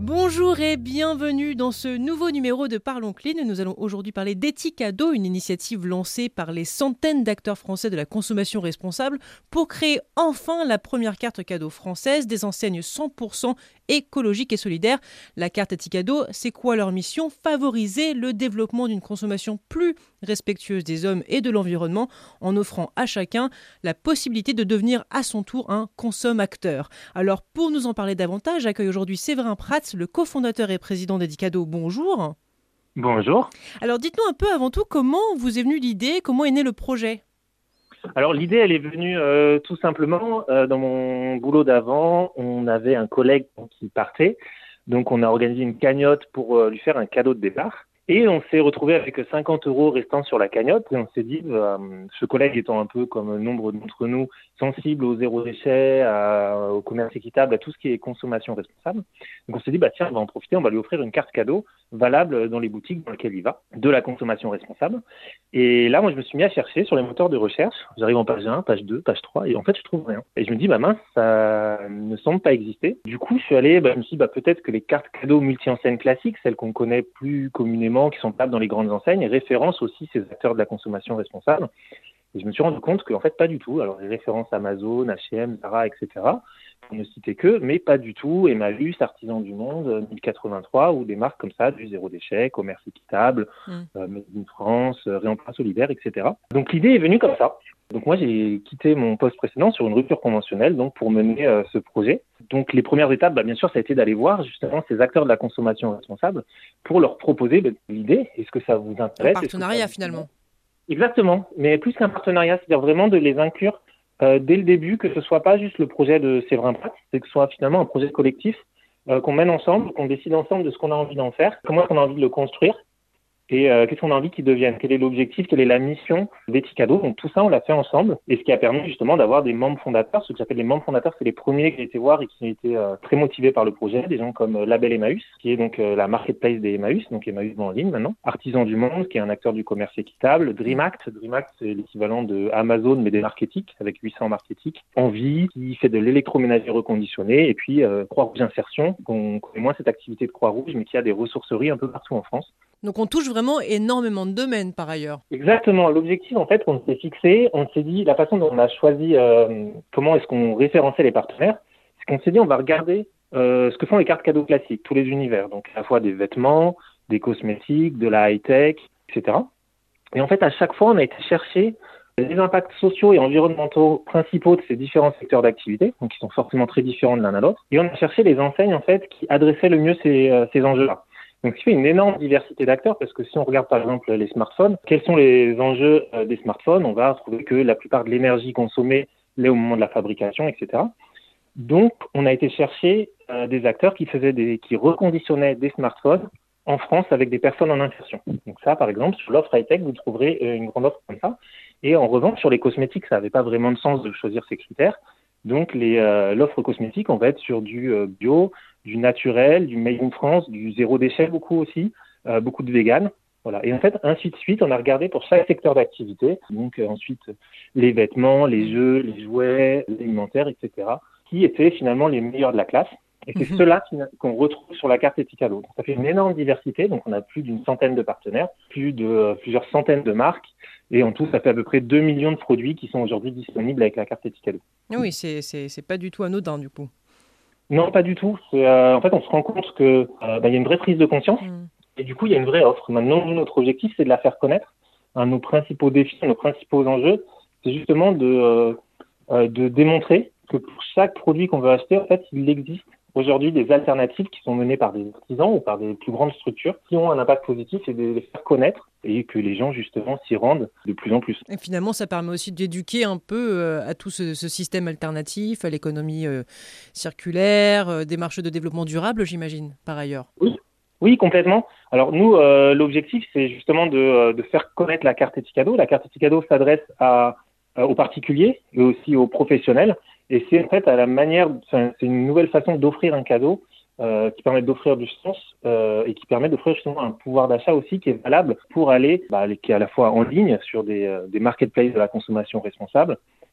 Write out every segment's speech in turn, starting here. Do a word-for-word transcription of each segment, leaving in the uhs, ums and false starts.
Bonjour et bienvenue dans ce nouveau numéro de Parlons Clean. Nous allons aujourd'hui parler d'Ethicado, une initiative lancée par les centaines d'acteurs français de la consommation responsable pour créer enfin la première carte cadeau française des enseignes cent pour cent écologiques et solidaires. La carte Ethicado, c'est quoi leur mission ? Favoriser le développement d'une consommation plus respectueuse des hommes et de l'environnement en offrant à chacun la possibilité de devenir à son tour un consommateur. Alors pour nous en parler davantage, j'accueille aujourd'hui Séverin Prats, le cofondateur et président d'Ethicado. Bonjour. Bonjour. Alors dites-nous un peu avant tout comment vous est venue l'idée, comment est né le projet ? Alors l'idée, elle est venue euh, tout simplement euh, dans mon boulot d'avant. On avait un collègue qui partait, donc on a organisé une cagnotte pour euh, lui faire un cadeau de départ. Et on s'est retrouvé avec cinquante euros restants sur la cagnotte et on s'est dit, euh, ce collègue étant un peu comme nombre d'entre nous, sensible au zéro déchet, à, au commerce équitable, à tout ce qui est consommation responsable. Donc on s'est dit, bah tiens, on va en profiter, on va lui offrir une carte cadeau valable dans les boutiques dans lesquelles il va, de la consommation responsable. Et là, moi, je me suis mis à chercher sur les moteurs de recherche. J'arrive en page un, page deux, page trois et en fait, je trouve rien. Et je me dis, bah mince, ça ne semble pas exister. Du coup, je suis allé, bah, je me suis dit, bah peut-être que les cartes cadeaux multi-enseignes classiques, celles qu'on connaît plus communément, qui sont tables dans les grandes enseignes, référencent aussi ces acteurs de la consommation responsable. Et je me suis rendu compte qu'en fait, pas du tout. Alors, les références Amazon, H et M, Zara, et cetera, on ne citait que, mais pas du tout. Emmaüs, Artisans du Monde, mille quatre-vingt-trois, ou des marques comme ça, du zéro déchet, commerce équitable, mmh. euh, Made in France, euh, réemploi solidaire, et cetera. Donc, l'idée est venue comme ça. Donc, moi, j'ai quitté mon poste précédent sur une rupture conventionnelle, donc pour mener euh, ce projet. Donc, les premières étapes, bah, bien sûr, ça a été d'aller voir justement ces acteurs de la consommation responsable pour leur proposer bah, l'idée. Est-ce que ça vous intéresse ? Un partenariat, finalement. Exactement, mais plus qu'un partenariat, c'est-à-dire vraiment de les inclure euh, dès le début, que ce soit pas juste le projet de Séverin Prats, c'est que ce soit finalement un projet collectif euh, qu'on mène ensemble, qu'on décide ensemble de ce qu'on a envie d'en faire, comment on a envie de le construire et euh, qu'est-ce qu'on a envie qu'il devienne, quel est l'objectif, quelle est la mission d'Ethicado. Donc tout ça, on l'a fait ensemble et ce qui a permis justement d'avoir des membres fondateurs. Ce que j'appelle les membres fondateurs, c'est les premiers que j'ai été voir et qui ont été euh, très motivés par le projet. Des gens comme euh, Label Emmaüs, qui est donc euh, la marketplace des Emmaüs, donc Emmaüs en ligne maintenant. Artisans du Monde, qui est un acteur du commerce équitable. DreamAct, DreamAct c'est l'équivalent de Amazon mais des marques éthiques, avec huit cents marques éthiques. Envie, qui fait de l'électroménager reconditionné. Et puis euh, Croix-Rouge Insertion, qu'on connaît moins cette activité de Croix-Rouge, mais qui a des ressourceries un peu partout en France. Donc on touche vraiment énormément de domaines par ailleurs. Exactement. L'objectif, en fait, qu'on s'est fixé, on s'est dit, la façon dont on a choisi euh, comment est-ce qu'on référençait les partenaires, c'est qu'on s'est dit, on va regarder euh, ce que font les cartes cadeaux classiques, tous les univers. Donc à la fois des vêtements, des cosmétiques, de la high-tech, et cetera. Et en fait, à chaque fois, on a été chercher les impacts sociaux et environnementaux principaux de ces différents secteurs d'activité, donc qui sont forcément très différents de l'un à l'autre. Et on a cherché les enseignes, en fait, qui adressaient le mieux ces, euh, ces enjeux-là. Donc, ce qui fait une énorme diversité d'acteurs, parce que si on regarde par exemple les smartphones, quels sont les enjeux euh, des smartphones ? On va trouver que la plupart de l'énergie consommée l'est au moment de la fabrication, et cetera. Donc, on a été chercher euh, des acteurs qui faisaient des, qui reconditionnaient des smartphones en France avec des personnes en insertion. Donc ça, par exemple, sur l'offre high-tech, vous trouverez euh, une grande offre comme ça. Et en revanche, sur les cosmétiques, ça n'avait pas vraiment de sens de choisir ces critères. Donc, les, euh, l'offre cosmétique, on va être sur du euh, bio, du naturel, du made in France, du zéro déchet beaucoup aussi, euh, beaucoup de vegan. Voilà. Et en fait, ainsi de suite, on a regardé pour chaque secteur d'activité. Donc euh, ensuite, les vêtements, les jeux, les jouets, l'alimentaire, et cetera, qui étaient finalement les meilleurs de la classe. Et c'est mmh. ceux-là qu'on retrouve sur la carte Ethicado. Donc, ça fait une énorme diversité. Donc, on a plus d'une centaine de partenaires, plus de euh, plusieurs centaines de marques. Et en tout, ça fait à peu près deux millions de produits qui sont aujourd'hui disponibles avec la carte Ethicado. Oui, c'est, c'est, c'est pas du tout anodin, du coup. Non, pas du tout. C'est, euh, en fait, on se rend compte que euh, bah, y a une vraie prise de conscience. Mmh. Et du coup, il y a une vraie offre. Maintenant, nous, notre objectif, c'est de la faire connaître. Un de nos principaux défis, nos principaux enjeux, c'est justement de, euh, de démontrer que pour chaque produit qu'on veut acheter, en fait, il existe aujourd'hui des alternatives qui sont menées par des artisans ou par des plus grandes structures qui ont un impact positif et de les faire connaître et que les gens justement s'y rendent de plus en plus. Et finalement, ça permet aussi d'éduquer un peu euh, à tout ce, ce système alternatif, à l'économie euh, circulaire, euh, des marchés de développement durable, j'imagine, par ailleurs. Oui, oui, complètement. Alors nous, euh, l'objectif, c'est justement de, de faire connaître la carte Ethicado. La carte Ethicado s'adresse à, à, aux particuliers et aussi aux professionnels. Et c'est en fait à la manière, c'est une nouvelle façon d'offrir un cadeau euh, qui permet d'offrir du sens euh, et qui permet d'offrir justement un pouvoir d'achat aussi qui est valable pour aller, bah, qui est à la fois en ligne sur des, euh, des marketplaces de la consommation responsable,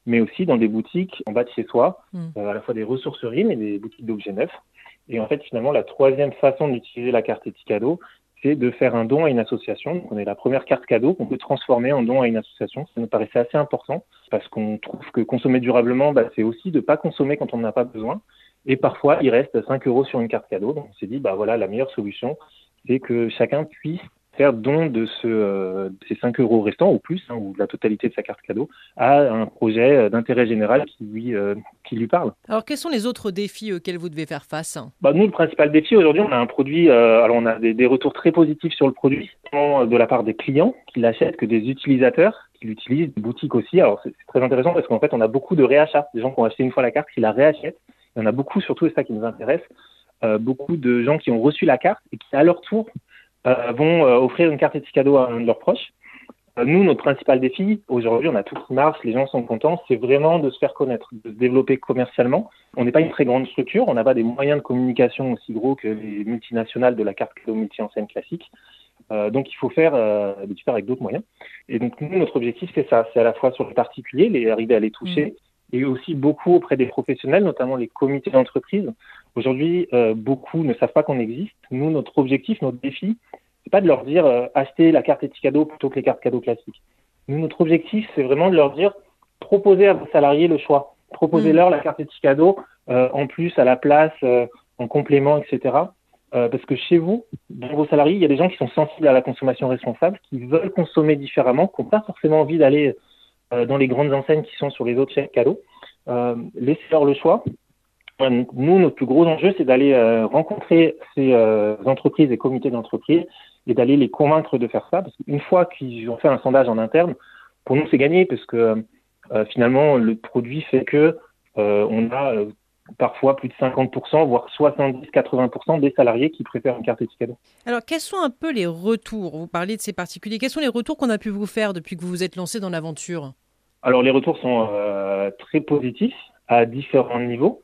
mais aussi dans des boutiques en bas de chez soi, mmh. euh, à la fois des ressourceries, mais des boutiques d'objets neufs. Et en fait, finalement, la troisième façon d'utiliser la carte Etikado, c'est de faire un don à une association. Donc, on est la première carte cadeau qu'on peut transformer en don à une association. Ça nous paraissait assez important parce qu'on trouve que consommer durablement, bah, c'est aussi de ne pas consommer quand on n'en a pas besoin. Et parfois, il reste cinq euros sur une carte cadeau. Donc, on s'est dit, bah voilà, la meilleure solution, c'est que chacun puisse faire don de, ce, euh, de ces cinq euros restants ou plus, hein, ou de la totalité de sa carte cadeau, à un projet d'intérêt général qui lui, euh, qui lui parle. Alors, quels sont les autres défis auxquels vous devez faire face ? Bah, nous, le principal défi aujourd'hui, on a un produit, euh, alors on a des, des retours très positifs sur le produit, tant de la part des clients qui l'achètent que des utilisateurs qui l'utilisent, des boutiques aussi. Alors, c'est, c'est très intéressant parce qu'en fait, on a beaucoup de réachats, des gens qui ont acheté une fois la carte, qui la réachètent. Il y en a beaucoup, surtout, et c'est ça qui nous intéresse, euh, beaucoup de gens qui ont reçu la carte et qui, à leur tour, Euh, vont euh, offrir une carte Etikado à un de leurs proches. Euh, nous, notre principal défi, aujourd'hui, on a tout qui marche, les gens sont contents, c'est vraiment de se faire connaître, de se développer commercialement. On n'est pas une très grande structure, on n'a pas des moyens de communication aussi gros que les multinationales de la carte cadeau multi-enseigne classique. Euh, donc, il faut faire, euh, faire avec d'autres moyens. Et donc, nous, notre objectif, c'est ça, c'est à la fois sur les particuliers, les, arriver à les toucher, mmh. et aussi beaucoup auprès des professionnels, notamment les comités d'entreprise. Aujourd'hui, euh, beaucoup ne savent pas qu'on existe. Nous, notre objectif, notre défi, c'est pas de leur dire euh, achetez la carte Etikado plutôt que les cartes cadeaux classiques. Nous, notre objectif, c'est vraiment de leur dire proposez à vos salariés le choix. Proposez-leur mmh. la carte Etikado euh, en plus, à la place, euh, en complément, et cetera. Euh, parce que chez vous, dans vos salariés, il y a des gens qui sont sensibles à la consommation responsable, qui veulent consommer différemment, qui n'ont pas forcément envie d'aller euh, dans les grandes enseignes qui sont sur les autres chèques cadeaux. Euh, laissez-leur le choix. Nous, notre plus gros enjeu, c'est d'aller euh, rencontrer ces euh, entreprises et comités d'entreprise et d'aller les convaincre de faire ça. Parce qu'une fois qu'ils ont fait un sondage en interne, pour nous, c'est gagné parce que euh, finalement, le produit fait que euh, on a euh, parfois plus de cinquante pour cent, voire soixante-dix à quatre-vingts pour cent des salariés qui préfèrent une carte Etikado. Alors, quels sont un peu les retours ? Vous parlez de ces particuliers. Quels sont les retours qu'on a pu vous faire depuis que vous vous êtes lancé dans l'aventure ? Alors, les retours sont euh, très positifs à différents niveaux.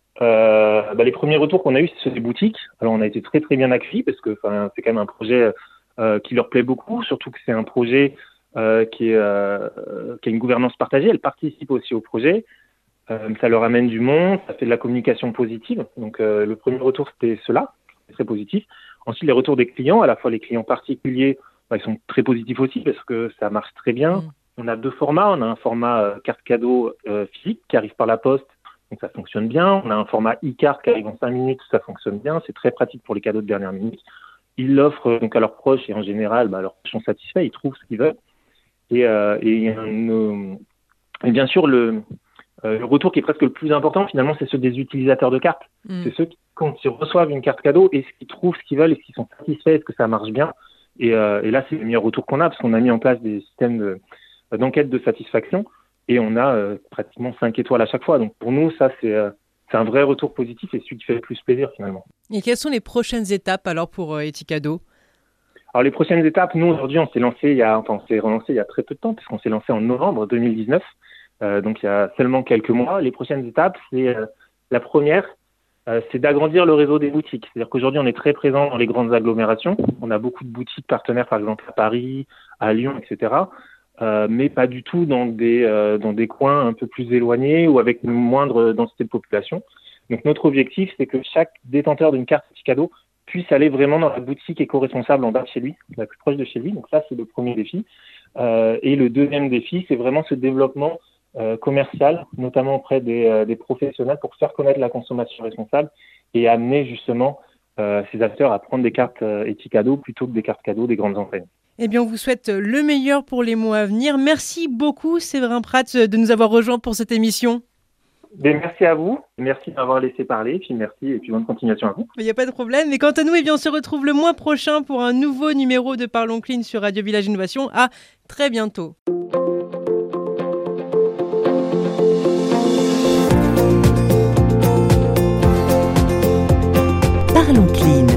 Euh, bah, les premiers retours qu'on a eus, c'est ceux des boutiques. Alors, on a été très très bien accueillis parce que c'est quand même un projet euh, qui leur plaît beaucoup, surtout que c'est un projet euh, qui, est, euh, qui a une gouvernance partagée. Elles participent aussi au projet. Euh, ça leur amène du monde, ça fait de la communication positive. Donc, euh, le premier retour, c'était cela, c'est très positif. Ensuite, les retours des clients, à la fois les clients particuliers, bah, ils sont très positifs aussi parce que ça marche très bien. Mmh. On a deux formats. On a un format euh, carte cadeau euh, physique qui arrive par la poste. Donc ça fonctionne bien. On a un format e-carte qui arrive en cinq minutes, ça fonctionne bien. C'est très pratique pour les cadeaux de dernière minute. Ils l'offrent donc à leurs proches et en général, bah, leurs proches sont satisfaits, ils trouvent ce qu'ils veulent. Et, euh, et, euh, et bien sûr, le, euh, le retour qui est presque le plus important, finalement, c'est ceux des utilisateurs de cartes. Mmh. C'est ceux qui, quand ils reçoivent une carte cadeau, est-ce qu'ils trouvent ce qu'ils veulent, est-ce qu'ils sont satisfaits, est-ce que ça marche bien. Et, euh, et là, c'est le meilleur retour qu'on a parce qu'on a mis en place des systèmes de, d'enquête de satisfaction. Et on a euh, pratiquement cinq étoiles à chaque fois. Donc pour nous, ça, c'est, euh, c'est un vrai retour positif et celui qui fait le plus plaisir finalement. Et quelles sont les prochaines étapes alors pour euh, Etikado ? Alors les prochaines étapes, nous aujourd'hui, on s'est lancé il y a, enfin, on s'est relancé il y a très peu de temps puisqu'on s'est lancé en novembre deux mille dix-neuf. Euh, donc il y a seulement quelques mois. Les prochaines étapes, c'est euh, la première, euh, c'est d'agrandir le réseau des boutiques. C'est-à-dire qu'aujourd'hui, on est très présent dans les grandes agglomérations. On a beaucoup de boutiques partenaires, par exemple à Paris, à Lyon, et cetera. Euh, mais pas du tout dans des euh, dans des coins un peu plus éloignés ou avec une moindre densité de population. Donc notre objectif, c'est que chaque détenteur d'une carte Etikado puisse aller vraiment dans la boutique éco-responsable en bas de chez lui, la plus proche de chez lui. Donc ça, c'est le premier défi. Euh, et le deuxième défi, c'est vraiment ce développement euh, commercial, notamment auprès des, euh, des professionnels, pour faire connaître la consommation responsable et amener justement euh, ces acteurs à prendre des cartes euh, Etikado plutôt que des cartes cadeaux des grandes enseignes. Eh bien, on vous souhaite le meilleur pour les mois à venir. Merci beaucoup, Séverin Pratz, de nous avoir rejoints pour cette émission. Bien, merci à vous. Merci de m'avoir laissé parler. Puis merci et puis bonne continuation à vous. Il n'y a pas de problème. Et quant à nous, eh bien, on se retrouve le mois prochain pour un nouveau numéro de Parlons Clean sur Radio Village Innovation. À très bientôt. Parlons Clean.